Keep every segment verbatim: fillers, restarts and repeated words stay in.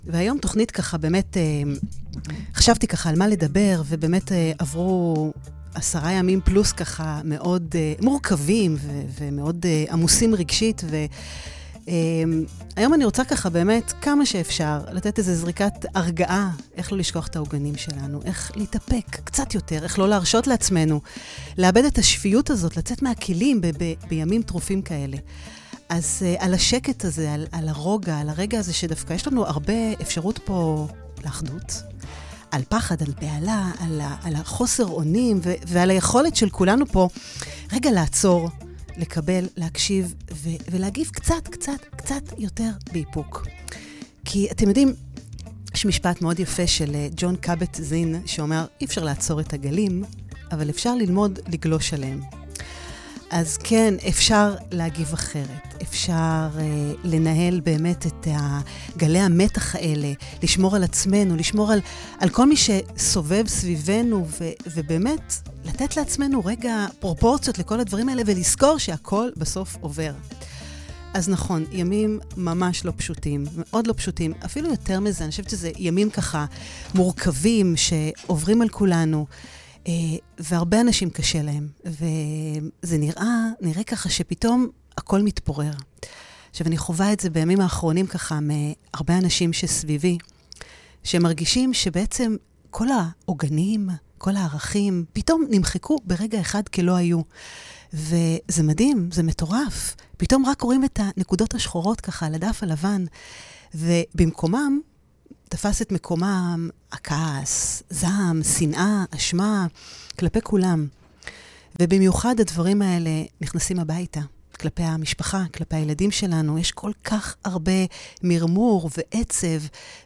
והיום תוכנית ככה באמת, חשבתי ככה על מה לדבר, ובאמת עברו עשרה ימים פלוס ככה מאוד מורכבים ו- ומאוד עמוסים רגשית, והיום אני רוצה ככה באמת כמה שאפשר לתת איזו זריקת הרגעה, איך לא לשכוח את העוגנים שלנו, איך להתאפק קצת יותר, איך לא להרשות לעצמנו, לאבד את השפיות הזאת, לצאת מהכלים ב- ב- בימים טרופים כאלה. אז uh, על השקט הזה, על, על הרוגע, על הרגע הזה שדווקא יש לנו הרבה אפשרות פה לאחדות, על פחד, על בעלה, על, על החוסר אונים ו, ועל היכולת של כולנו פה רגע לעצור, לקבל, להקשיב ו, ולהגיב קצת, קצת, קצת יותר באיפוק. כי אתם יודעים, יש משפט מאוד יפה של ג'ון קאבט זין שאומר, אי אפשר לעצור את הגלים, אבל אפשר ללמוד לגלוש עליהם. אז כן, אפשר להגיב אחרת, אפשר אה, לנהל באמת את גלי המתח האלה, לשמור על עצמנו, לשמור על, על כל מי שסובב סביבנו, ו, ובאמת לתת לעצמנו רגע פרופורציות לכל הדברים האלה, ולזכור שהכל בסוף עובר. אז נכון, ימים ממש לא פשוטים, מאוד לא פשוטים, אפילו יותר מזה, אני חושבת שזה ימים ככה מורכבים שעוברים על כולנו, Uh, והרבה אנשים קשה להם, וזה נראה, נראה ככה שפתאום הכל מתפורר. עכשיו, אני חווה את זה בימים האחרונים ככה מהרבה אנשים שסביבי, שמרגישים שבעצם כל העוגנים, כל הערכים, פתאום נמחקו ברגע אחד כלא היו. וזה מדהים, זה מטורף. פתאום רק רואים את הנקודות השחורות ככה על הדף הלבן, ובמקומם, תפס את מקומם הכעס, זעם, שנאה, אשמה, כלפי כולם. ובמיוחד הדברים האלה נכנסים הביתה, כלפי המשפחה, כלפי הילדים שלנו. יש כל כך הרבה מרמור ועצב,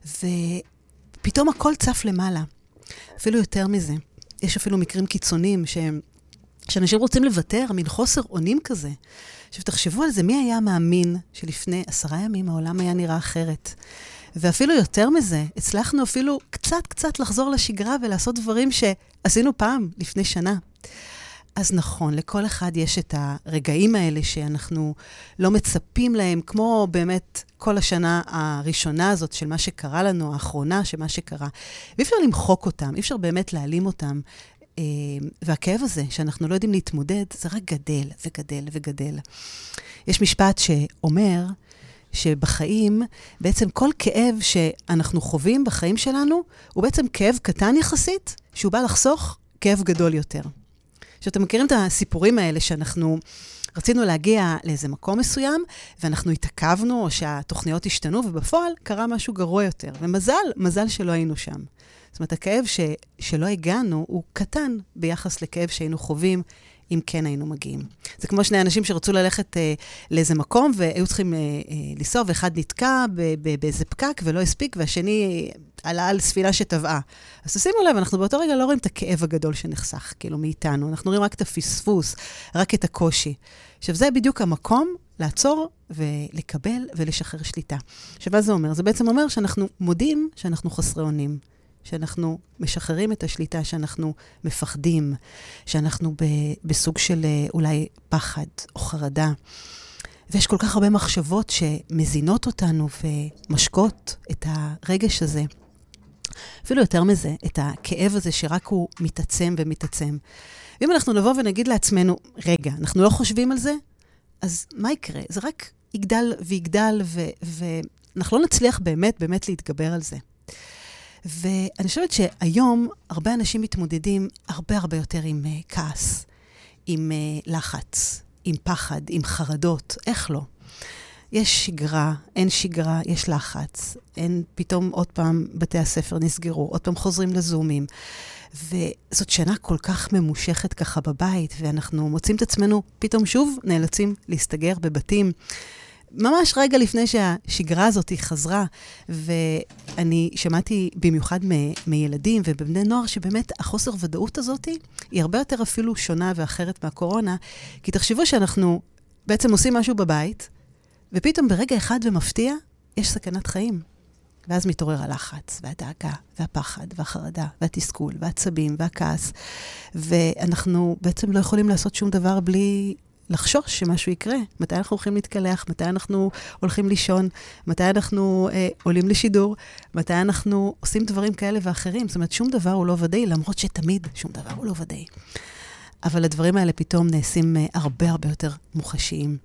ופתאום הכל צף למעלה. אפילו יותר מזה. יש אפילו מקרים קיצוניים שהם, שאנשים רוצים לוותר, מין חוסר אונים כזה. עכשיו תחשבו על זה, מי היה מאמין שלפני עשרה ימים העולם היה נראה אחרת? ואפילו יותר מזה, הצלחנו אפילו קצת קצת לחזור לשגרה ולעשות דברים שעשינו פעם, לפני שנה. אז נכון, לכל אחד יש את הרגעים האלה שאנחנו לא מצפים להם, כמו באמת כל השנה הראשונה הזאת של מה שקרה לנו, האחרונה של מה שקרה. ואי אפשר למחוק אותם, אי אפשר באמת להעלים אותם. והכאב הזה, שאנחנו לא יודעים להתמודד, זה רק גדל וגדל וגדל. יש משפט שאומר, שבחיים, בעצם כל כאב שאנחנו חווים בחיים שלנו, הוא בעצם כאב קטן יחסית, שהוא בא לחסוך כאב גדול יותר. שאתם מכירים את הסיפורים האלה שאנחנו רצינו להגיע לאיזה מקום מסוים, ואנחנו התעכבנו, או שהתוכניות השתנו, ובפועל קרה משהו גרוע יותר. ומזל, מזל שלא היינו שם. זאת אומרת, הכאב ש, שלא הגענו, הוא קטן ביחס לכאב שהיינו חווים, אם כן היינו מגיעים. זה כמו שני אנשים שרצו ללכת אה, לאיזה מקום, והיו צריכים אה, אה, לנסוע, ואחד נתקע ב- ב- באיזה פקק ולא הספיק, והשני עלה על ספינה שטבעה. אז תשימו לב, אנחנו באותו רגע לא רואים את הכאב הגדול שנחסך, כאילו מאיתנו. אנחנו רואים רק את הפספוס, רק את הקושי. עכשיו, זה בדיוק המקום לעצור ולקבל ולשחרר שליטה. עכשיו, מה זה אומר? זה בעצם אומר שאנחנו מודים שאנחנו חסרי אונים. שאנחנו משחררים את השליטה, שאנחנו מפחדים, שאנחנו ב, בסוג של אולי פחד או חרדה. ויש כל כך הרבה מחשבות שמזינות אותנו ומשקות את הרגש הזה. אפילו יותר מזה, את הכאב הזה שרק הוא מתעצם ומתעצם. ואם אנחנו נבוא ונגיד לעצמנו, רגע, אנחנו לא חושבים על זה, אז מה יקרה? זה רק יגדל ויגדל, ו- ואנחנו לא נצליח באמת, באמת להתגבר על זה. ואני חושבת שהיום הרבה אנשים מתמודדים הרבה הרבה יותר עם uh, כעס, עם uh, לחץ, עם פחד, עם חרדות, איך לא? יש שגרה, אין שגרה, יש לחץ, אין פתאום עוד פעם בתי הספר נסגרו, עוד פעם חוזרים לזומים, וזאת שנה כל כך ממושכת ככה בבית, ואנחנו מוצאים את עצמנו פתאום שוב נאלצים להסתגר בבתים, ממש רגע לפני שהשגרה הזאת היא חזרה, ואני שמעתי במיוחד מ- מילדים ובבני נוער, שבאמת החוסר ודאות הזאת היא הרבה יותר אפילו שונה ואחרת מהקורונה, כי תחשבו שאנחנו בעצם עושים משהו בבית, ופתאום ברגע אחד ומפתיע, יש סכנת חיים. ואז מתעורר הלחץ, והדאגה, והפחד, והחרדה, והתסכול, והעצבים, והכעס, ואנחנו בעצם לא יכולים לעשות שום דבר בלי לחשוש שמשהו יקרה. מתי אנחנו הולכים להתקלח, מתי אנחנו הולכים לישון, מתי אנחנו אה, עולים לשידור, מתי אנחנו עושים דברים כאלה ואחרים. זאת אומרת, שום דבר הוא לא ודאי, למרות שתמיד שום דבר הוא לא ודאי. אבל הדברים האלה פתאום נעשים אה, הרבה הרבה יותר מוחשיים.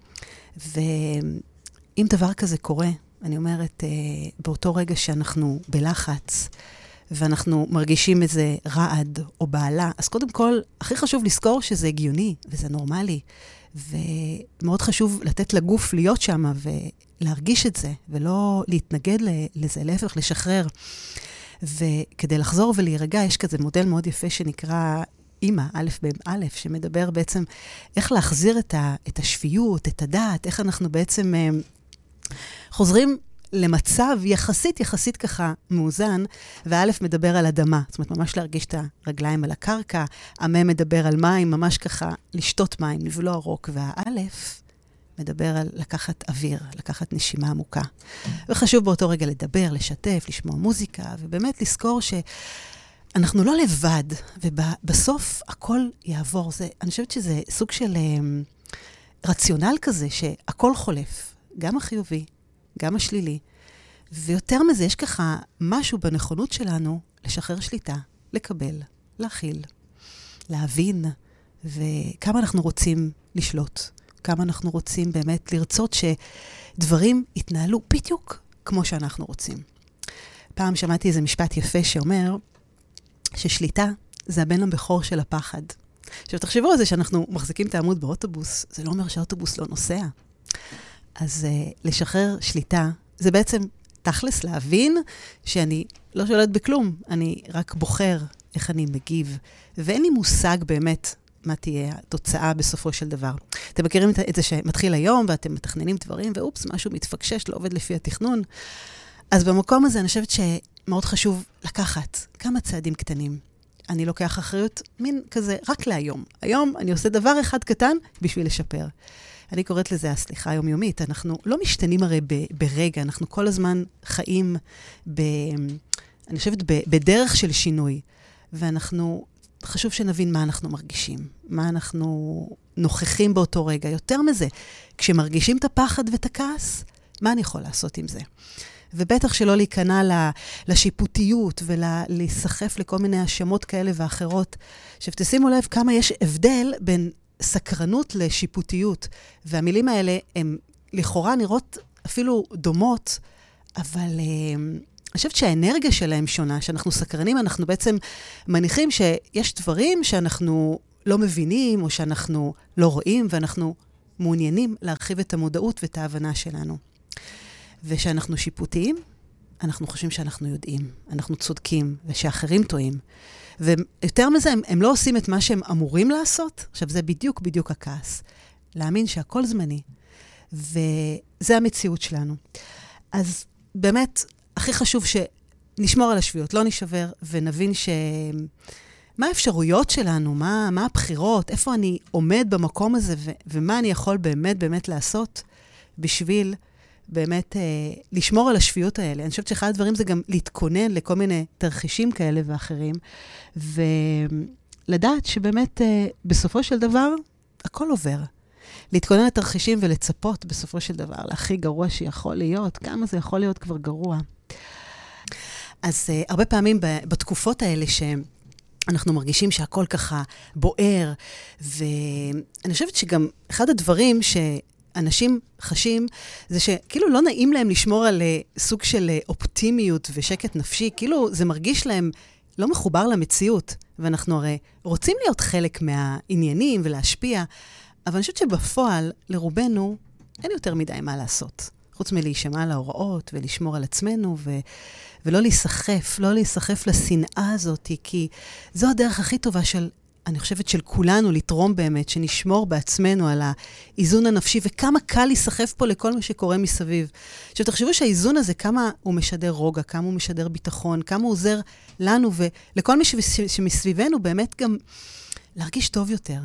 ואם דבר כזה קורה, אני אומרת, אה, באותו רגע שאנחנו בלחץ, ואנחנו מרגישים איזה רעד או בעלה, אז קודם כל, הכי חשוב לזכור שזה הגיוני וזה נורמלי, ומאוד חשוב לתת לגוף להיות שם ולהרגיש את זה, ולא להתנגד לזה, להפך, לשחרר. וכדי לחזור ולהירגע, יש כזה מודל מאוד יפה שנקרא אימא, א' בא', שמדבר בעצם איך להחזיר את, ה, את השפיות, את הדעת, איך אנחנו בעצם אה, חוזרים למצב יחסית, יחסית ככה מאוזן, והאלף מדבר על אדמה, זאת אומרת, ממש להרגיש את הרגליים על הקרקע, המם מדבר על מים, ממש ככה לשתות מים, לבלוע רוק, והאלף מדבר על לקחת אוויר, לקחת נשימה עמוקה. וחשוב באותו רגע לדבר, לשתף, לשמוע מוזיקה, ובאמת לזכור שאנחנו לא לבד, ובסוף הכל יעבור. זה, אני חושבת שזה סוג של רציונל כזה, שהכל חולף, גם החיובי, גם השלילי, ויותר מזה, יש ככה משהו בנכונות שלנו לשחרר שליטה, לקבל, להכיל, להבין, וכמה אנחנו רוצים לשלוט, כמה אנחנו רוצים באמת לרצות שדברים יתנהלו בדיוק כמו שאנחנו רוצים. פעם שמעתי איזה משפט יפה שאומר ששליטה זה הבן הבכור של הפחד. עכשיו תחשבו על זה שאנחנו מחזיקים את העמוד באוטובוס, זה לא אומר שהאוטובוס לא נוסע. אז uh, לשחרר שליטה, זה בעצם תכלס להבין שאני לא שולט בכלום, אני רק בוחר איך אני מגיב, ואין לי מושג באמת מה תהיה התוצאה בסופו של דבר. אתם מכירים את זה שמתחיל היום, ואתם מתכננים דברים, ואופס, משהו מתפקשש, לא עובד לפי התכנון. אז במקום הזה אני חושבת שמאוד חשוב לקחת כמה צעדים קטנים. אני לוקח אחריות מין כזה רק להיום. היום אני עושה דבר אחד קטן בשביל לשפר. אני קוראת לזה הסליחה היומיומית. אנחנו לא משתנים הרי ב- ברגע, אנחנו כל הזמן חיים ב... אני חושבת ב- בדרך של שינוי, ואנחנו, חשוב שנבין מה אנחנו מרגישים, מה אנחנו נוכחים באותו רגע. יותר מזה, כשמרגישים את הפחד ואת הכעס, מה אני יכול לעשות עם זה? ובטח שלא להיכנע לשיפוטיות ולהיסחף לכל מיני האשמות כאלה ואחרות. עכשיו, תשימו לב כמה יש הבדל בין סקרנות לשיפוטיות, והמילים האלה הן לכאורה נראות אפילו דומות, אבל אני חושבת שהאנרגיה שלהם שונה, שאנחנו סקרנים, אנחנו בעצם מניחים שיש דברים שאנחנו לא מבינים, או שאנחנו לא רואים, ואנחנו מעוניינים להרחיב את המודעות ואת ההבנה שלנו. ושאנחנו שיפוטיים, אנחנו חושבים שאנחנו יודעים, אנחנו צודקים, ושאחרים טועים. ויותר מזה, הם, הם לא עושים את מה שהם אמורים לעשות. עכשיו, זה בדיוק, בדיוק הכעס. להאמין שהכל זמני. וזה המציאות שלנו. אז באמת, הכי חשוב שנשמור על השפיות, לא נשבר, ונבין ש... מה האפשרויות שלנו, מה, מה הבחירות, איפה אני עומד במקום הזה, ו- ומה אני יכול באמת, באמת לעשות בשביל באמת אה, לשמור על השפיות האלה. אני חושבת שאחד הדברים זה גם להתכונן לכל מיני תרחישים כאלה ואחרים, ולדעת שבאמת אה, בסופו של דבר, הכל עובר. להתכונן לתרחישים ולצפות בסופו של דבר, להכי גרוע שיכול להיות, כמה זה יכול להיות כבר גרוע. אז אה, הרבה פעמים ב- בתקופות האלה שהם, אנחנו מרגישים שהכל ככה בוער, ואני חושבת שגם אחד הדברים שאנשים חשים, זה שכאילו לא נעים להם לשמור על סוג של אופטימיות ושקט נפשי, כאילו זה מרגיש להם לא מחובר למציאות, ואנחנו הרי רוצים להיות חלק מהעניינים ולהשפיע, אבל אני חושבת שבפועל לרובנו אין יותר מדי מה לעשות. חוץ מלהישמע להוראות ולשמור על עצמנו ו... ולא להיסחף, לא להיסחף לשנאה הזאת, כי זו הדרך הכי טובה של, אני חושבת, של כולנו לתרום באמת, שנשמור בעצמנו על האיזון הנפשי, וכמה קל להיסחף פה לכל מה שקורה מסביב. עכשיו, תחשבו שהאיזון הזה, כמה הוא משדר רוגע, כמה הוא משדר ביטחון, כמה הוא עוזר לנו ולכל מי שמסביבנו באמת גם להרגיש טוב יותר.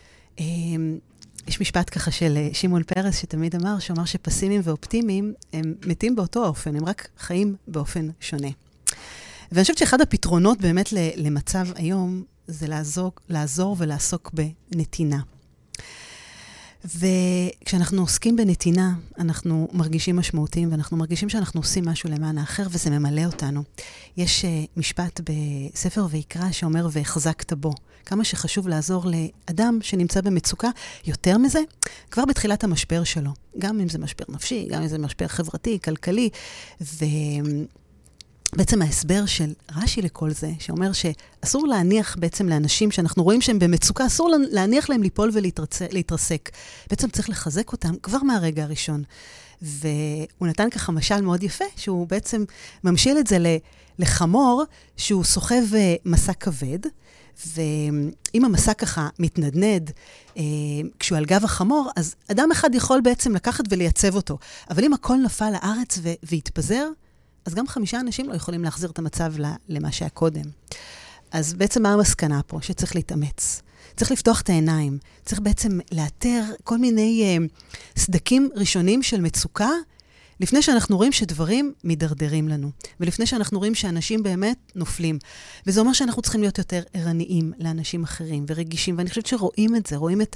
יש משפט ככה של שמעון פרס שתמיד אמר, שאומר שפסימיים ואופטימיים הם מתים באותו אופן, הם רק חיים באופן שונה. ואני חושבת שאחד הפתרונות באמת למצב היום, זה לעזור, לעזור ולעסוק בנתינה. וכשאנחנו עוסקים בנתינה, אנחנו מרגישים משמעותיים, ואנחנו מרגישים שאנחנו עושים משהו למען האחר, וזה ממלא אותנו. יש uh, משפט בספר ויקרא שאומר, והחזקת בו. כמה שחשוב לעזור לאדם שנמצא במצוקה, יותר מזה, כבר בתחילת המשבר שלו. גם אם זה משבר נפשי, גם אם זה משבר חברתי, כלכלי, ו... בעצם ההסבר של רש"י לכל זה, שאומר שאסור להניח בעצם לאנשים שאנחנו רואים שהם במצוקה, אסור להניח להם ליפול ולהתרסק. בעצם צריך לחזק אותם כבר מהרגע הראשון. והוא נתן ככה משל מאוד יפה, שהוא בעצם ממשיל את זה לחמור, שהוא סוחב מסע כבד, ואם המסע ככה מתנדנד, כשהוא על גב החמור, אז אדם אחד יכול בעצם לקחת ולייצב אותו. אבל אם הכל נפל לארץ והתפזר, אז גם חמישה אנשים לא יכולים להחזיר את המצב למה שהיה קודם. אז בעצם מה המסקנה פה? שצריך להתאמץ. צריך לפתוח את העיניים. צריך בעצם לאתר כל מיני uh, סדקים ראשונים של מצוקה, לפני שאנחנו רואים שדברים מדרדרים לנו. ולפני שאנחנו רואים שאנשים באמת נופלים. וזה אומר שאנחנו צריכים להיות יותר ערניים לאנשים אחרים ורגישים. ואני חושבת שרואים את זה, רואים את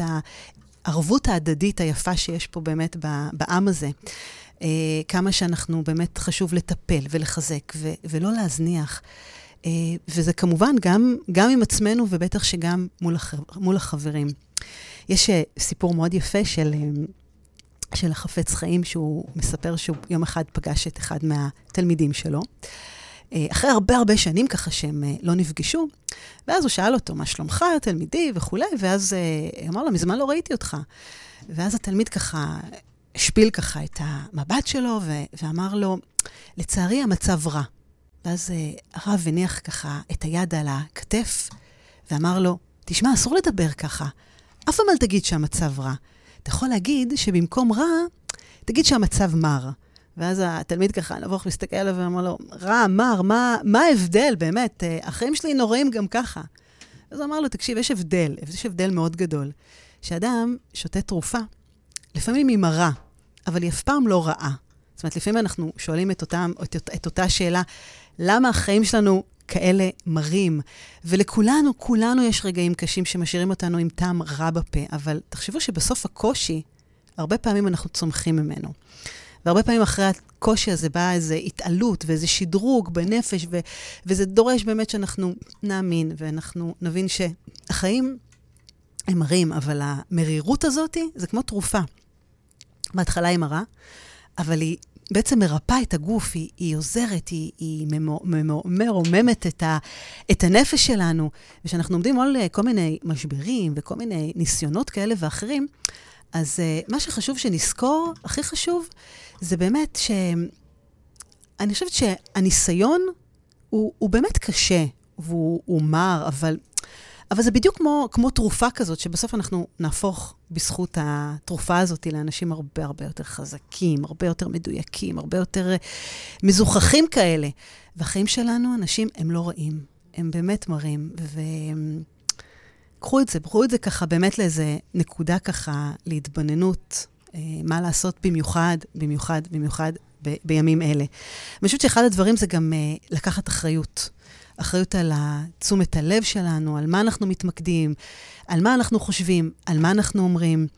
הערבות ההדדית היפה שיש פה באמת בעם הזה. Uh, כמה שאנחנו באמת חשוב לטפל ולחזק ו- ולא להזניח. Uh, וזה כמובן גם, גם עם עצמנו ובטח שגם מול, הח- מול החברים. יש uh, סיפור מאוד יפה של, uh, של החפץ חיים, שהוא מספר שהוא יום אחד פגש את אחד מהתלמידים שלו. Uh, אחרי הרבה הרבה שנים ככה שהם uh, לא נפגשו, ואז הוא שאל אותו, מה שלומך, תלמידי וכו', ואז uh, אמר לו, מזמן לא ראיתי אותך. ואז התלמיד ככה... השפיל ככה את המבט שלו, ו- ואמר לו, לצערי המצב רע. ואז uh, הרב הניח ככה את היד על הכתף, ואמר לו, תשמע, אסור לדבר ככה. אף פעם אל תגיד שהמצב רע. אתה יכול להגיד שבמקום רע, תגיד שהמצב מר. ואז התלמיד ככה נבוך להסתכל עליו ואמר לו, רע, מר, מה, מה ההבדל באמת? החיים שלי נוראים גם ככה. אז הוא אמר לו, תקשיב, יש הבדל, יש הבדל מאוד גדול. שאדם שותה תרופה, לפעמים היא מרה, אבל היא אף פעם לא רעה. זאת אומרת, לפעמים אנחנו שואלים את, אותם, את, את אותה שאלה, למה החיים שלנו כאלה מרים? ולכולנו, כולנו יש רגעים קשים שמשאירים אותנו עם טעם רע בפה, אבל תחשבו שבסוף הקושי, הרבה פעמים אנחנו צומחים ממנו. והרבה פעמים אחרי הקושי הזה באה איזו התעלות ואיזה שדרוג בנפש, ו, וזה דורש באמת שאנחנו נאמין, ואנחנו נבין שהחיים הם מרים, אבל המרירות הזאת זה כמו תרופה. בהתחלה היא מרה, אבל היא בעצם מרפאה את הגוף, היא, היא עוזרת, היא, היא מרוממת את, ה, את הנפש שלנו, ושאנחנו עומדים על כל מיני משברים וכל מיני ניסיונות כאלה ואחרים, אז uh, מה שחשוב שנזכור, הכי חשוב, זה באמת ש... אני חושבת שהניסיון הוא, הוא באמת קשה, והוא הוא מר, אבל... אבל זה בדיוק כמו, כמו תרופה כזאת, שבסוף אנחנו נהפוך בזכות התרופה הזאת לאנשים הרבה הרבה יותר חזקים, הרבה יותר מדויקים, הרבה יותר מזוכחים כאלה. והחיים שלנו, אנשים, הם לא רעים. הם באמת מרים. וקחו את זה, קחו את זה ככה באמת לאיזה נקודה ככה להתבוננות, מה לעשות במיוחד, במיוחד, במיוחד ב- בימים אלה. אני חושבת שאחד הדברים זה גם לקחת אחריות. אחריות על תשומת הלב שלנו, על מה אנחנו מתמקדים, על מה אנחנו חושבים, על מה אנחנו אומרים.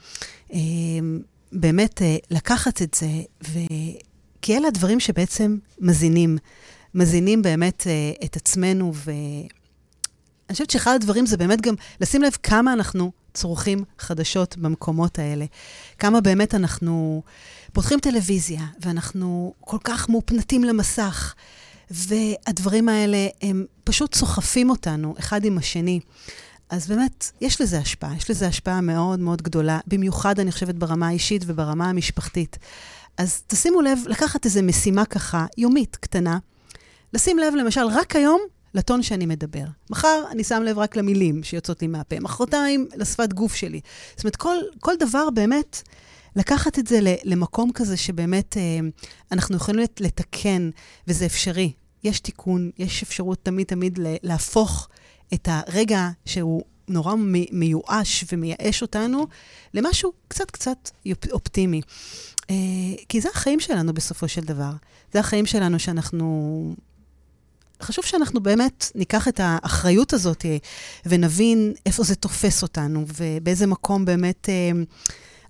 באמת לקחת את זה, ו... כי אלה הדברים שבעצם מזינים, מזינים באמת את עצמנו, ואני חושבת שאחד הדברים זה באמת גם לשים לב כמה אנחנו צורכים חדשות במקומות האלה, כמה באמת אנחנו פותחים טלוויזיה, ואנחנו כל כך מופנתים למסך, והדברים האלה הם פשוט סוחפים אותנו אחד עם השני. אז באמת, יש לזה השפעה, יש לזה השפעה מאוד מאוד גדולה, במיוחד אני חושבת ברמה האישית וברמה המשפחתית. אז תשימו לב, לקחת איזו משימה ככה, יומית, קטנה, לשים לב למשל רק היום לטון שאני מדבר. מחר אני שם לב רק למילים שיוצאות לי מהפה, מחרתיים לשפת גוף שלי. זאת אומרת, כל, כל דבר באמת, לקחת את זה למקום כזה שבאמת אנחנו יכולים לתקן, וזה אפשרי. יש תיקון, יש אפשרות תמיד תמיד להפוך את הרגע שהוא נורא מיואש ומייאש אותנו, למשהו קצת קצת אופטימי. כי זה החיים שלנו בסופו של דבר. זה החיים שלנו שאנחנו... חשוב שאנחנו באמת ניקח את האחריות הזאת, ונבין איפה זה תופס אותנו, ובאיזה מקום באמת...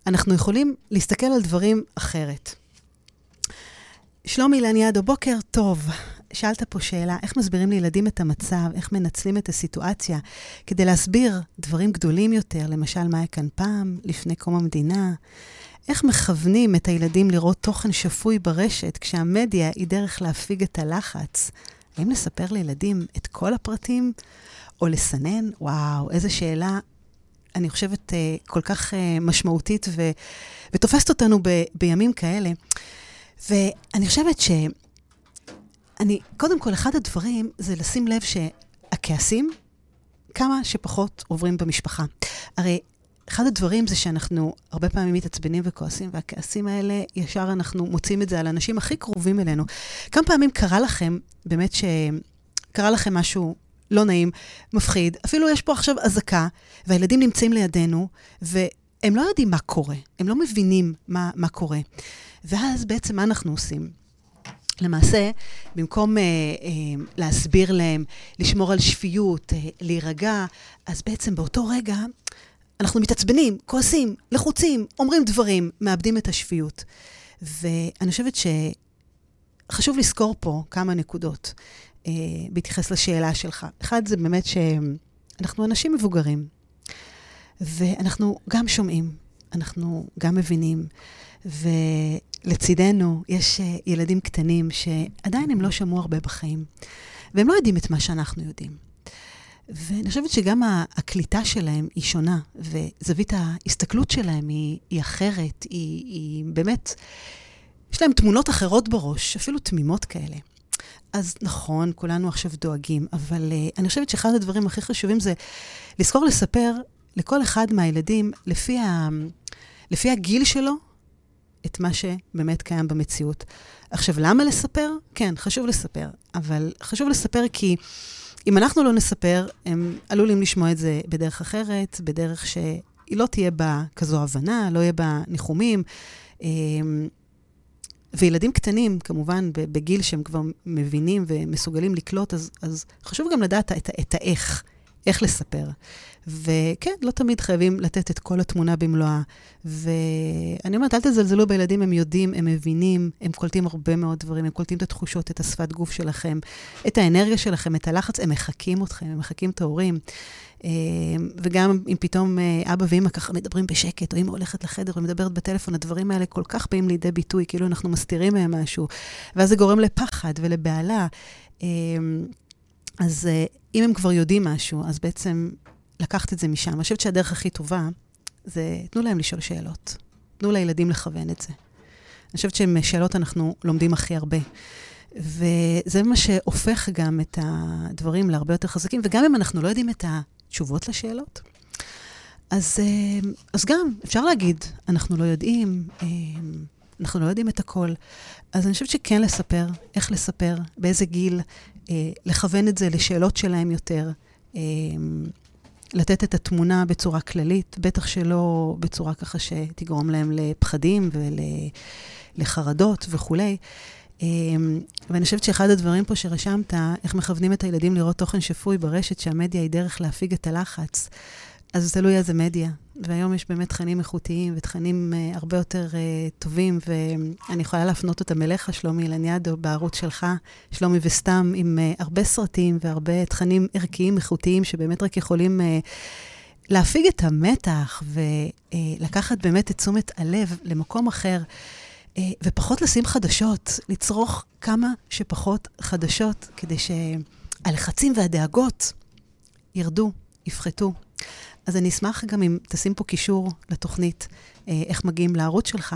אנחנו יכולים להסתכל על דברים אחרת. שלומי לניאדו, בוקר טוב. שאלת פה שאלה, איך מסבירים לילדים את המצב, איך מנצלים את הסיטואציה, כדי להסביר דברים גדולים יותר, למשל מה היה כאן פעם, לפני קום המדינה, איך מכוונים את הילדים לראות תוכן שפוי ברשת, כשהמדיה היא דרך להפיג את הלחץ? האם לספר לילדים את כל הפרטים, או לסנן? וואו, איזו שאלה, אני חושבת, כל כך משמעותית, ו... ותופסת אותנו ב... בימים כאלה. ואני חושבת ש... אני, קודם כל, אחד הדברים זה לשים לב שהכעסים, כמה שפחות עוברים במשפחה. הרי אחד הדברים זה שאנחנו הרבה פעמים מתעצבנים וכועסים, והכעסים האלה, ישר אנחנו מוצאים את זה על אנשים הכי קרובים אלינו. כמה פעמים קרה לכם, באמת שקרה לכם משהו לא נעים, מפחיד, אפילו יש פה עכשיו אזעקה, והילדים נמצאים לידינו, והם לא יודעים מה קורה, הם לא מבינים מה, מה קורה. ואז בעצם מה אנחנו עושים? למעשה, במקום אה, אה, להסביר להם, לשמור על שפיות, אה, להירגע, אז בעצם באותו רגע אנחנו מתעצבנים, כועסים, לחוצים, אומרים דברים, מאבדים את השפיות. ואני חושבת שחשוב לזכור פה כמה נקודות אה, בהתייחס לשאלה שלך. אחד זה באמת שאנחנו אנשים מבוגרים, ואנחנו גם שומעים, אנחנו גם מבינים, ולצידנו יש ילדים קטנים שעדיין הם לא שמעו הרבה בחיים, והם לא יודעים את מה שאנחנו יודעים. ואני חושבת שגם הקליטה שלהם היא שונה, וזווית ההסתכלות שלהם היא, היא אחרת, היא, היא באמת, יש להם תמונות אחרות בראש, אפילו תמימות כאלה. אז נכון, כולנו עכשיו דואגים, אבל uh, אני חושבת שאחד הדברים הכי חשובים זה לזכור לספר לכל אחד מהילדים, לפי, ה, לפי הגיל שלו, את מה שבאמת קיים במציאות. עכשיו, למה לספר? כן, חשוב לספר, אבל חשוב לספר כי אם אנחנו לא נספר, הם עלולים לשמוע את זה בדרך אחרת, בדרך שהיא לא תהיה בה כזו הבנה, לא יהיה בה ניחומים. וילדים קטנים, כמובן, בגיל שהם כבר מבינים ומסוגלים לקלוט, אז, אז חשוב גם לדעת את, את האיך, איך לספר. וכן, לא תמיד חייבים לתת את כל התמונה במלואה. ואני אומרת, אל תזלזלו בילדים, הם יודעים, הם מבינים, הם קולטים הרבה מאוד דברים, הם קולטים את התחושות, את השפת גוף שלכם, את האנרגיה שלכם, את הלחץ, הם מחכים אתכם, הם מחכים את ההורים. וגם אם פתאום אבא ואמא ככה מדברים בשקט, או אמא הולכת לחדר, או מדברת בטלפון, הדברים האלה כל כך באים לידי ביטוי, כאילו אנחנו מסתירים מהם משהו, ואז זה גורם לפחד ולבעלה. אז אם הם כבר יודעים משהו, אז בעצם לקחת את זה משם. אני חושבת שהדרך הכי טובה, זה תנו להם לשאול שאלות. תנו לילדים לכוון את זה. אני חושבת שעם שאלות אנחנו לומדים הכי הרבה. וזה מה שהופך גם את הדברים להרבה יותר חזקים, וגם אם אנחנו לא יודעים את התשובות לשאלות, אז, אז גם אפשר להגיד, אנחנו לא יודעים, אנחנו לא יודעים את הכל. אז אני חושבת שכן לספר, איך לספר, באיזה גיל, לכוון את זה לשאלות שלהם יותר, לתת את התמונה בצורה כללית, בטח שלא בצורה ככה שתגרום להם לפחדים ולחרדות וכולי. ואני חושבת שאחד הדברים פה שרשמת, איך מכוונים את הילדים לראות תוכן שפוי ברשת, שהמדיה היא דרך להפיג את הלחץ, אז זה תלוי איזה מדיה. והיום יש באמת תכנים איכותיים ותכנים uh, הרבה יותר uh, טובים, ואני יכולה להפנות אותם אליך, שלומי לניאדו, בערוץ שלך, שלומי וסתם, עם uh, הרבה סרטים והרבה תכנים ערכיים איכותיים, שבאמת רק יכולים uh, להפיג את המתח, ולקחת uh, באמת את תשומת הלב למקום אחר, uh, ופחות לשים חדשות, לצרוך כמה שפחות חדשות, כדי שהלחצים והדאגות ירדו, יפחתו. אז אני אשמח גם אם תשים פה קישור לתוכנית, איך מגיעים לערוץ שלך,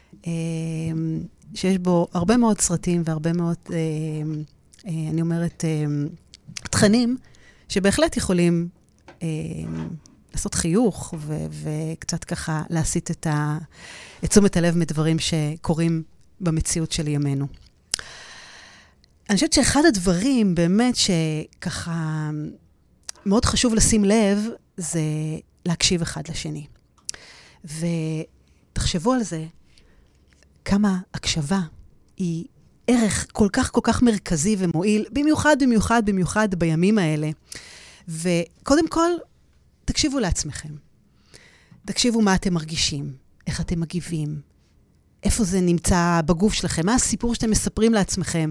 שיש בו הרבה מאוד סרטים והרבה מאוד, אני אומרת, תכנים, שבהחלט יכולים לעשות חיוך, ו- וקצת ככה להסיט את, ה- את תשומת הלב מדברים שקורים במציאות של ימינו. אני חושבת שאחד הדברים באמת שככה מאוד חשוב לשים לב, זה להקשיב אחד לשני. ותחשבו על זה, כמה הקשבה היא ערך כל כך כל כך מרכזי ומועיל, במיוחד, במיוחד, במיוחד בימים האלה. וקודם כל, תקשיבו לעצמכם. תקשיבו מה אתם מרגישים. איך אתם מגיבים, איפה זה נמצא בגוף שלכם, מה הסיפור שאתם מספרים לעצמכם.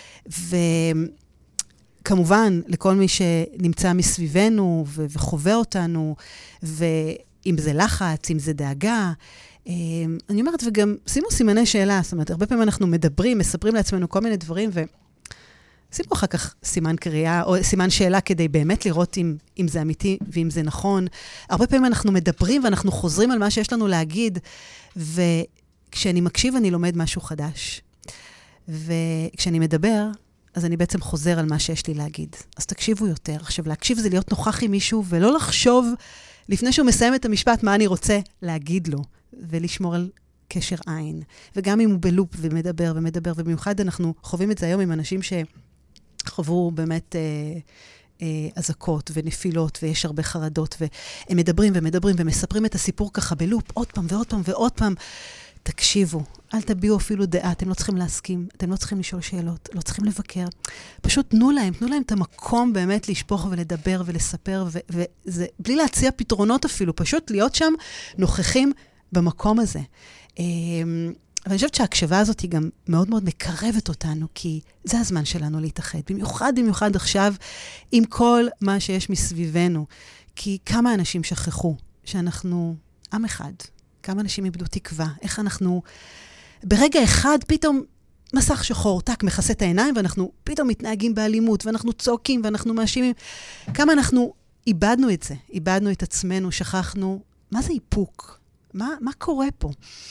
וכמובן, לכל מי שנמצא מסביבנו ו- וחווה אותנו, ואם זה לחץ, אם זה דאגה, אני אומרת, וגם שימו סימני שאלה, זאת אומרת, הרבה פעמים אנחנו מדברים, מספרים לעצמנו כל מיני דברים, ושימו אחר כך סימן קריאה, או סימן שאלה, כדי באמת לראות אם, אם זה אמיתי ואם זה נכון. הרבה פעמים אנחנו מדברים, ואנחנו חוזרים על מה שיש לנו להגיד, וכשאני מקשיב, אני לומד משהו חדש. וכשאני מדבר, אז אני בעצם חוזר על מה שיש לי להגיד. אז תקשיבו יותר. עכשיו, להקשיב זה להיות נוכח עם מישהו, ולא לחשוב, לפני שהוא מסיים את המשפט, מה אני רוצה להגיד לו. ולשמור על קשר עין. וגם אם הוא בלופ ומדבר ומדבר, ובמיוחד אנחנו חווים את זה היום עם אנשים שחוו באמת אה, אה, עזקות ונפילות, ויש הרבה חרדות, והם מדברים ומדברים ומספרים את הסיפור ככה בלופ, עוד פעם ועוד פעם ועוד פעם. תקשיבו, אל תביאו אפילו דעה, אתם לא צריכים להסכים, אתם לא צריכים לשאול שאלות, לא צריכים לבקר. פשוט תנו להם, תנו להם את המקום באמת לשפוך ולדבר ולספר, ו- וזה בלי להציע פתרונות אפילו, פשוט להיות שם נוכחים במקום הזה. ואני חושבת שההקשבה הזאת היא גם מאוד מאוד מקרבת אותנו, כי זה הזמן שלנו להתאחד. במיוחד, במיוחד עכשיו, עם כל מה שיש מסביבנו. כי כמה אנשים שכחו שאנחנו עם אחד. כמה אנשים איבדו תקווה. איך אנחנו, ברגע אחד, פתאום מסך שחור, טק, מכסה את העיניים, ואנחנו פתאום מתנהגים באלימות, ואנחנו צועקים, ואנחנו מאשימים. כמה אנחנו איבדנו את זה. איבדנו את עצמנו, שכחנו. מה זה איפוק? מה, מה קורה פה?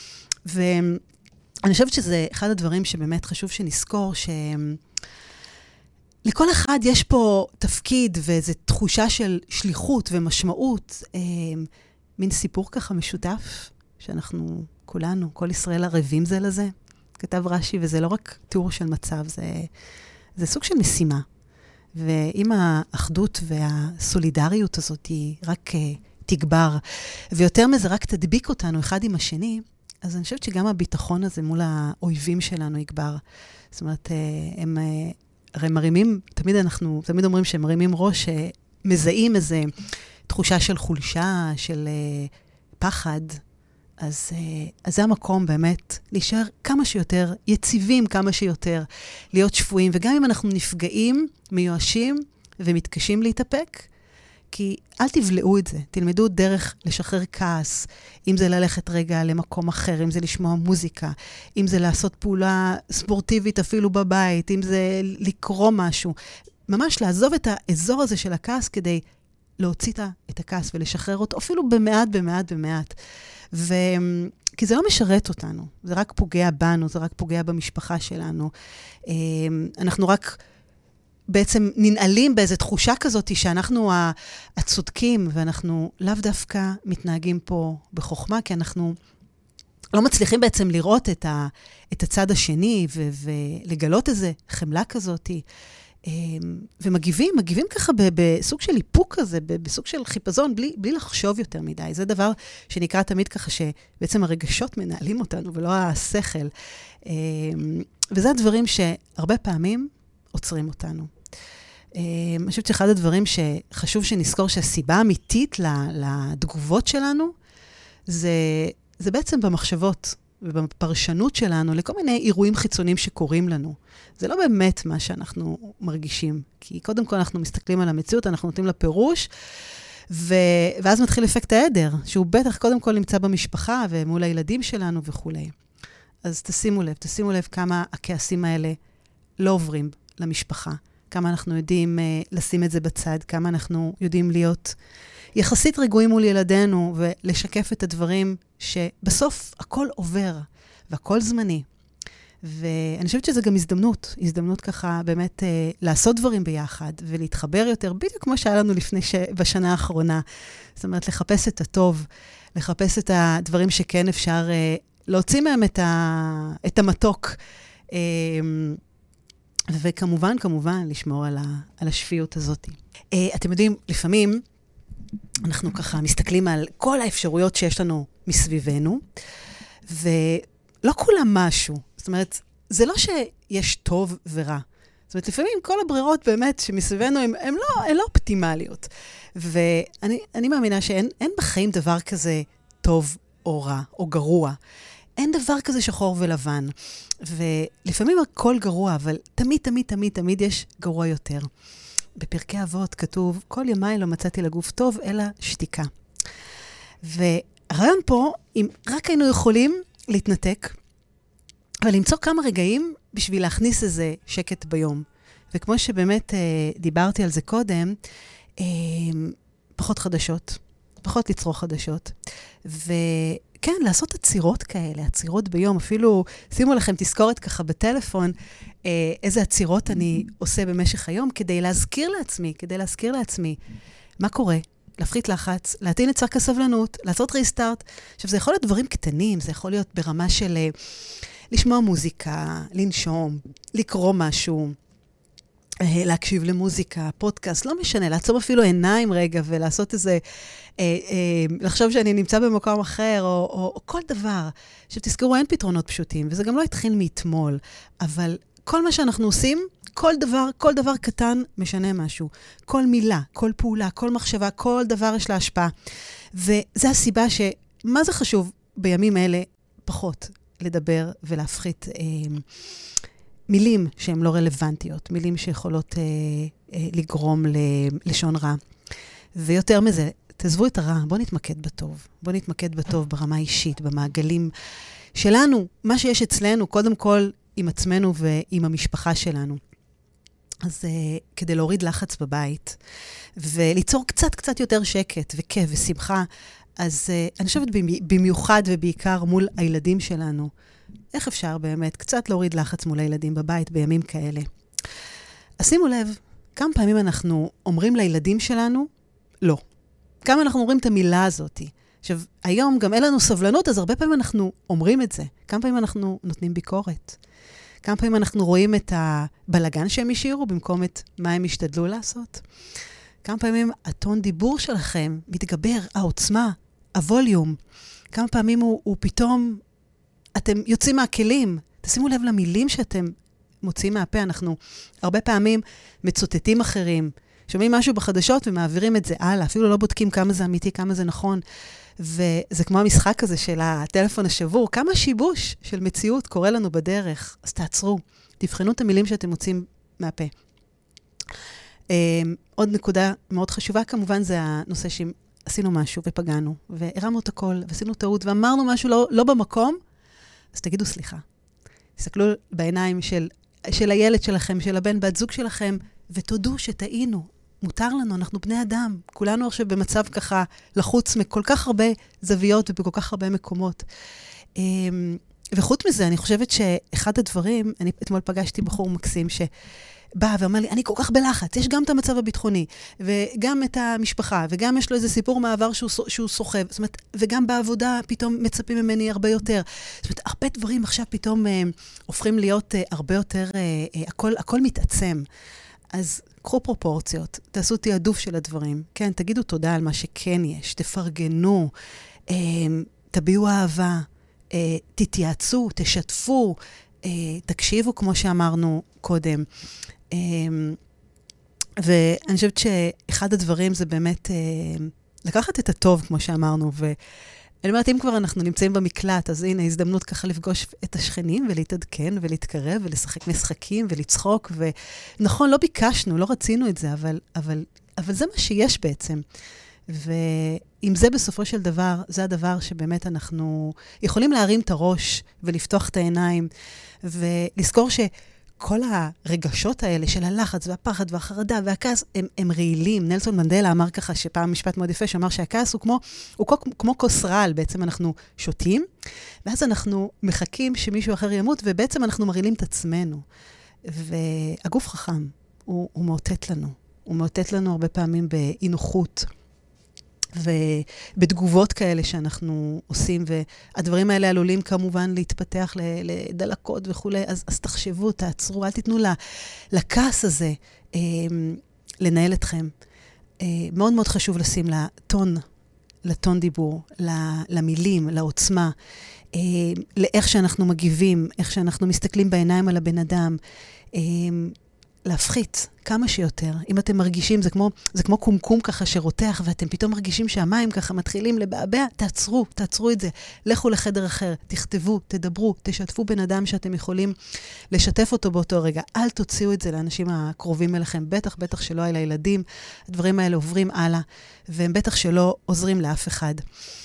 ואני חושבת שזה אחד הדברים שבאמת חשוב שנזכור, שלכל אחד יש פה תפקיד ואיזו תחושה של שליחות ומשמעות, מין סיפור ככה משותף, שאנחנו כולנו, כל ישראל ערבים זה לזה, כתב רש"י, וזה לא רק תיאור של מצב, זה, זה סוג של משימה. ועם האחדות והסולידריות הזאת היא רק תגבר, ויותר מזה רק תדביק אותנו אחד עם השני, אז אני חושבת שגם הביטחון הזה מול האויבים שלנו יגבר. זאת אומרת, הם הרי מרימים, תמיד אנחנו, תמיד אומרים שהם מרימים ראש, מזהים איזו תחושה של חולשה, של פחד, אז, אז זה המקום באמת להישאר כמה שיותר יציבים, כמה שיותר להיות שפויים, וגם אם אנחנו נפגעים, מיואשים ומתקשים להתאפק, כי אל תבלעו את זה, תלמדו דרך לשחרר כעס, אם זה ללכת רגע למקום אחר, אם זה לשמוע מוזיקה, אם זה לעשות פעולה ספורטיבית אפילו בבית, אם זה לקרוא משהו, ממש לעזוב את האזור הזה של הכעס כדי להוציא את הכעס ולשחרר אותו, אפילו במעט, במעט, במעט. ו... כי זה לא משרת אותנו, זה רק פוגע בנו, זה רק פוגע במשפחה שלנו. אנחנו רק בעצם ננעלים באיזו תחושה כזאת שאנחנו הצודקים, ואנחנו לאו דווקא מתנהגים פה בחוכמה, כי אנחנו לא מצליחים בעצם לראות את, ה, את הצד השני, ו, ולגלות איזו חמלה כזאת, ומגיבים, מגיבים ככה בסוג של איפוק כזה, בסוג של חיפזון, בלי, בלי לחשוב יותר מדי. זה דבר שנקרא תמיד ככה, שבעצם הרגשות מנהלים אותנו, ולא השכל. וזה הדברים שהרבה פעמים עוצרים אותנו. אני חושבת שאחד הדברים שחשוב שנזכור שהסיבה האמיתית לתגובות שלנו, זה, זה בעצם במחשבות ובפרשנות שלנו לכל מיני אירועים חיצוניים שקורים לנו. זה לא באמת מה שאנחנו מרגישים, כי קודם כל אנחנו מסתכלים על המציאות, אנחנו נותנים לה פירוש, ו... ואז מתחיל אפקט העדר, שהוא בטח קודם כל נמצא במשפחה ומול הילדים שלנו וכו'. אז תשימו לב, תשימו לב כמה הכעסים האלה לא עוברים למשפחה, כמה אנחנו יודעים uh, לשים את זה בצד, כמה אנחנו יודעים להיות יחסית רגועים מול ילדינו, ולשקף את הדברים שבסוף הכל עובר, והכל זמני. ואני חושבת שזו גם הזדמנות, הזדמנות ככה באמת uh, לעשות דברים ביחד, ולהתחבר יותר, בדיוק כמו שהיה לנו לפני ש... בשנה האחרונה. זאת אומרת, לחפש את הטוב, לחפש את הדברים שכן אפשר uh, להוציא מהם את, ה... את המתוק, uh, וכמובן, כמובן, לשמור על, ה, על השפיות הזאת. Uh, אתם יודעים, לפעמים אנחנו ככה מסתכלים על כל האפשרויות שיש לנו מסביבנו, ולא כולם משהו. זאת אומרת, זה לא שיש טוב ורע. זאת אומרת, לפעמים כל הברירות באמת שמסביבנו הן, הן לא, הן לא אופטימליות. ואני אני מאמינה שאין אין בחיים דבר כזה טוב או רע או גרוע. אין דבר כזה שחור ולבן. ולפעמים הכל גרוע, אבל תמיד, תמיד, תמיד, תמיד יש גרוע יותר. בפרקי אבות כתוב, כל ימיי לא מצאתי לגוף טוב, אלא שתיקה. והרעיון פה, אם רק היינו יכולים להתנתק, ולמצוא כמה רגעים בשביל להכניס איזה שקט ביום. וכמו שבאמת אה, דיברתי על זה קודם, אה, פחות חדשות, פחות לצרוך חדשות. וכן, לעשות עצירות כאלה, עצירות ביום. אפילו, שימו לכם תזכורת ככה בטלפון, אה, איזה עצירות אני עושה במשך היום, כדי להזכיר לעצמי, כדי להזכיר לעצמי מה קורה. להפחית לחץ, להטעין את שק הסבלנות, לעשות ריסטארט. עכשיו, זה יכול להיות דברים קטנים, זה יכול להיות ברמה של אה, לשמוע מוזיקה, לנשום, לקרוא משהו, להקשיב למוזיקה, פודקאסט, לא משנה, לעצום אפילו עיניים רגע ולעשות איזה, אה, אה, לחשוב שאני נמצא במקום אחר, או, או, או כל דבר. שתזכרו, אין פתרונות פשוטים, וזה גם לא התחיל מאתמול, אבל כל מה שאנחנו עושים, כל דבר, כל דבר קטן משנה משהו. כל מילה, כל פעולה, כל מחשבה, כל דבר יש לה השפעה. וזו הסיבה שמה זה חשוב בימים אלה פחות לדבר ולהפחית אה, מילים שהן לא רלוונטיות, מילים שיכולות אה, אה, לגרום ללשון רע. ויותר מזה, תעזבו את הרע, בואו נתמקד בטוב. בואו נתמקד בטוב ברמה אישית, במעגלים שלנו, מה שיש אצלנו, קודם כל עם עצמנו ועם המשפחה שלנו. אז uh, כדי להוריד לחץ בבית, וליצור קצת קצת יותר שקט וכיף ושמחה, אז uh, אני חושבת במיוחד ובעיקר מול הילדים שלנו, איך אפשר באמת קצת להוריד לחץ מול הילדים בבית בימים כאלה? אז שימו לב, כמה פעמים אנחנו אומרים לילדים שלנו, לא. כמה אנחנו אומרים את המילה הזאת. עכשיו, היום גם אין לנו סבלנות, אז הרבה פעמים אנחנו אומרים את זה. כמה פעמים אנחנו נותנים ביקורת. כמה פעמים אנחנו רואים את הבלגן שהם השאירו, במקום את מה הם השתדלו לעשות. כמה פעמים הטון דיבור שלכם מתגבר, העוצמה, הווליום. כמה פעמים הוא, הוא פתאום, אתם יוצאים מהכלים. תשימו לב למילים שאתם מוציאים מהפה. אנחנו הרבה פעמים מצוטטים אחרים, שומעים משהו בחדשות ומעבירים את זה הלאה. אפילו לא בודקים כמה זה אמיתי, כמה זה נכון. וזה כמו המשחק הזה של הטלפון השבור. כמה שיבוש של מציאות קורה לנו בדרך. אז תעצרו. תבחנו את המילים שאתם מוצאים מהפה. עוד נקודה מאוד חשובה כמובן זה הנושא שעשינו משהו ופגענו, והרמנו את הכל, ועשינו טעות, ואמרנו משהו לא, לא במקום, אז תגידו סליחה. תסתכלו בעיניים של, של הילד שלכם, של הבן, בת זוג שלכם, ותודו שטעינו. מותר לנו, אנחנו בני אדם. כולנו עכשיו במצב ככה לחוץ מכל כך הרבה זוויות ובכל כך הרבה מקומות. וחוץ מזה, אני חושבת שאחד הדברים, אני אתמול פגשתי בחור מקסים שבא ואמר לי, אני כל כך בלחץ, יש גם את המצב הביטחוני, וגם את המשפחה, וגם יש לו איזה סיפור מעבר שהוא, שהוא סוחב, זאת אומרת, וגם בעבודה פתאום מצפים ממני הרבה יותר. זאת אומרת, הרבה דברים עכשיו פתאום אה, הופכים להיות אה, הרבה יותר, אה, אה, הכל, הכל מתעצם. אז קחו פרופורציות, תעשו תיעדוף של הדברים. כן, תגידו תודה על מה שכן יש, תפרגנו, אה, תביעו אהבה, אה, תתייעצו, תשתפו, אה, תקשיבו כמו שאמרנו קודם. אה, ואני חושבת שאחד הדברים זה באמת אה, לקחת את הטוב כמו שאמרנו, ואני אומרת, אם כבר אנחנו נמצאים במקלט, אז הנה הזדמנות ככה לפגוש את השכנים ולהתעדכן ולהתקרב ולשחק משחקים ולצחוק, ונכון, לא ביקשנו, לא רצינו את זה, אבל, אבל, אבל זה מה שיש בעצם. ואם זה בסופו של דבר, זה הדבר שבאמת אנחנו יכולים להרים את הראש ולפתוח את העיניים, ולזכור שכל הרגשות האלה של הלחץ והפחד והחרדה והכעס, הם, הם רעילים. נלסון מנדלה אמר ככה, שפעם משפט מאוד יפה, שאמר שהכעס הוא כמו, הוא כמו כוס רעל, בעצם אנחנו שותים, ואז אנחנו מחכים שמישהו אחר ימות, ובעצם אנחנו מרעילים את עצמנו. והגוף חכם, הוא, הוא מאותת לנו. הוא מאותת לנו הרבה פעמים באי-נוחות, ובתגובות כאלה שאנחנו עושים, והדברים האלה עלולים כמובן להתפתח לדלקות וכו', אז, אז תחשבו, תעצרו, אל תיתנו לכעס הזה אה, לנהל אתכם. אה, מאוד מאוד חשוב לשים לטון, לטון דיבור, למילים, לעוצמה, אה, לאיך שאנחנו מגיבים, איך שאנחנו מסתכלים בעיניים על הבן אדם, אה, להפחית כמה שיותר. אם אתם מרגישים, זה כמו, זה כמו קומקום ככה שרותח, ואתם פתאום מרגישים שהמים ככה מתחילים לבעבע, תעצרו, תעצרו את זה. לכו לחדר אחר, תכתבו, תדברו, תשתפו בן אדם שאתם יכולים לשתף אותו באותו רגע. אל תוציאו את זה לאנשים הקרובים אליכם, בטח, בטח שלא על הילדים. הדברים האלה עוברים הלאה, והם בטח שלא עוזרים לאף אחד.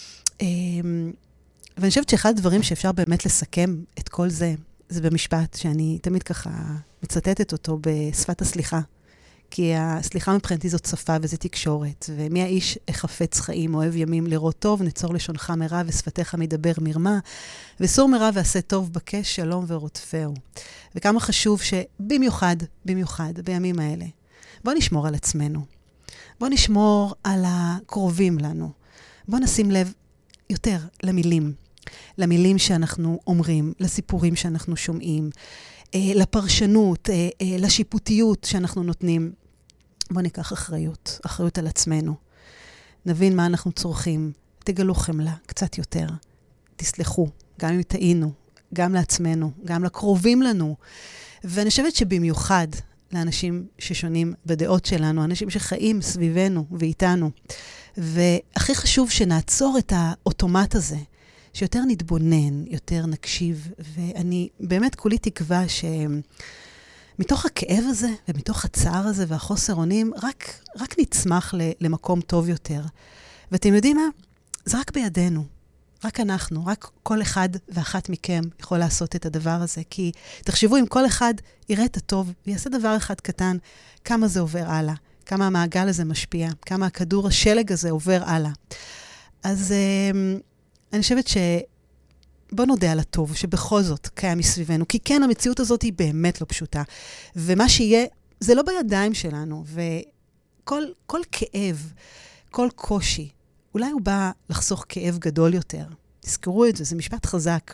ואני חושבת שאחד הדברים שאפשר באמת לסכם את כל זה, זה במשפט שאני תמיד ככה מצטטת אותו בשפת הסליחה. כי הסליחה מבחינתי זאת שפה וזה תקשורת. ומי האיש החפץ חיים, אוהב ימים לראות טוב, נצור לשונך מרע ושפתיך מדבר מרמה, וסור מרע ועשה טוב בקש שלום ורודפהו. וכמה חשוב שבמיוחד, במיוחד, בימים האלה, בוא נשמור על עצמנו. בוא נשמור על הקרובים לנו. בוא נשים לב יותר למילים. למילים שאנחנו אומרים, לסיפורים שאנחנו שומעים, לפרשנות, לשיפוטיות שאנחנו נותנים. בוא ניקח אחריות, אחריות על עצמנו. נבין מה אנחנו צורכים, תגלו חמלה קצת יותר. תסלחו, גם אם טעינו, גם לעצמנו, גם לקרובים לנו. ואני חושבת שבמיוחד לאנשים ששונים בדעות שלנו, אנשים שחיים סביבנו ואיתנו. והכי חשוב שנעצור את האוטומט הזה, שיותר נתבונן, יותר נקשיב, ואני באמת כולי תקווה שמתוך הכאב הזה, ומתוך הצער הזה והחוסר אונים, רק, רק נצמח למקום טוב יותר. ואתם יודעים מה? זה רק בידינו. רק אנחנו, רק כל אחד ואחת מכם יכול לעשות את הדבר הזה, כי תחשבו אם כל אחד יראה את הטוב, ויעשה דבר אחד קטן, כמה זה עובר הלאה, כמה המעגל הזה משפיע, כמה הכדור השלג הזה עובר הלאה. אז אני חושבת שבוא נודה על הטוב, שבכל זאת קיים מסביבנו, כי כן, המציאות הזאת היא באמת לא פשוטה. ומה שיהיה, זה לא בידיים שלנו, וכל כל כאב, כל קושי, אולי הוא בא לחסוך כאב גדול יותר. תזכרו את זה, זה משפט חזק.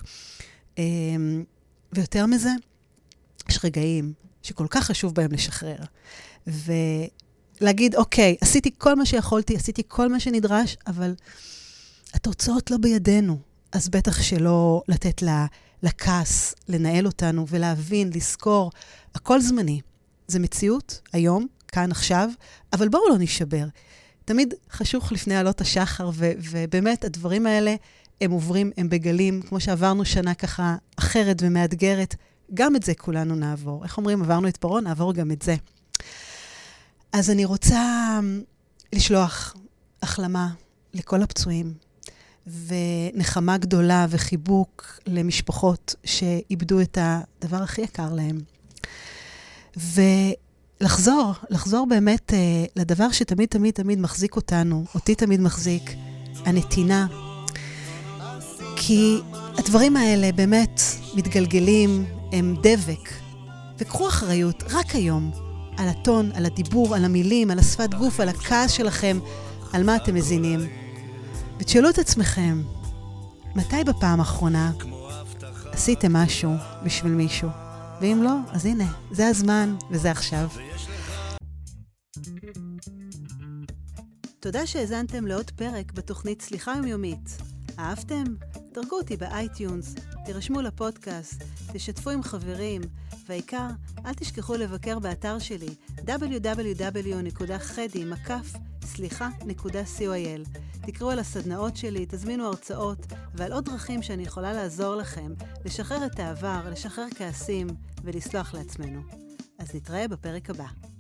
ויותר מזה, יש רגעים שכל כך חשוב בהם לשחרר. ולהגיד, אוקיי, עשיתי כל מה שיכולתי, עשיתי כל מה שנדרש, אבל התוצאות לא בידינו, אז בטח שלא לתת לה, לכעס, לנהל אותנו ולהבין, לזכור, הכל זמני. זה מציאות, היום, כאן, עכשיו, אבל בואו לא נשבר. תמיד חשוך לפני עלות השחר, ו- ובאמת הדברים האלה, הם עוברים, הם בגלים, כמו שעברנו שנה ככה אחרת ומאתגרת, גם את זה כולנו נעבור. איך אומרים, עברנו את פרעה, נעבור גם את זה. אז אני רוצה לשלוח החלמה לכל הפצועים, ונחמה גדולה וחיבוק למשפחות שאיבדו את הדבר הכי יקר להם. ולחזור, לחזור באמת uh, לדבר שתמיד תמיד תמיד מחזיק אותנו, אותי תמיד מחזיק, הנתינה. כי הדברים האלה באמת מתגלגלים, הם דבק. וקחו אחריות רק היום על הטון, על הדיבור, על המילים, על השפת גוף, על הכעס שלכם, על מה אתם מזינים. ותשאלו את עצמכם, מתי בפעם האחרונה עשיתם משהו בשביל מישהו? ואם לא, אז הנה, זה הזמן וזה עכשיו. תודה שהזנתם לעוד פרק בתוכנית סליחה יומיומית. אהבתם? דרגו אותי באייטיונס, תירשמו לפודקאסט, תשתפו עם חברים, והעיקר, אל תשכחו לבקר באתר שלי דאבליו דאבליו דאבליו נקודה חדי מקף סליחה נקודה סי או איי אל. תקראו על הסדנאות שלי, תזמינו הרצאות, ועל עוד דרכים שאני יכולה לעזור לכם, לשחרר את העבר, לשחרר כעסים ולסלוח לעצמנו. אז נתראה בפרק הבא.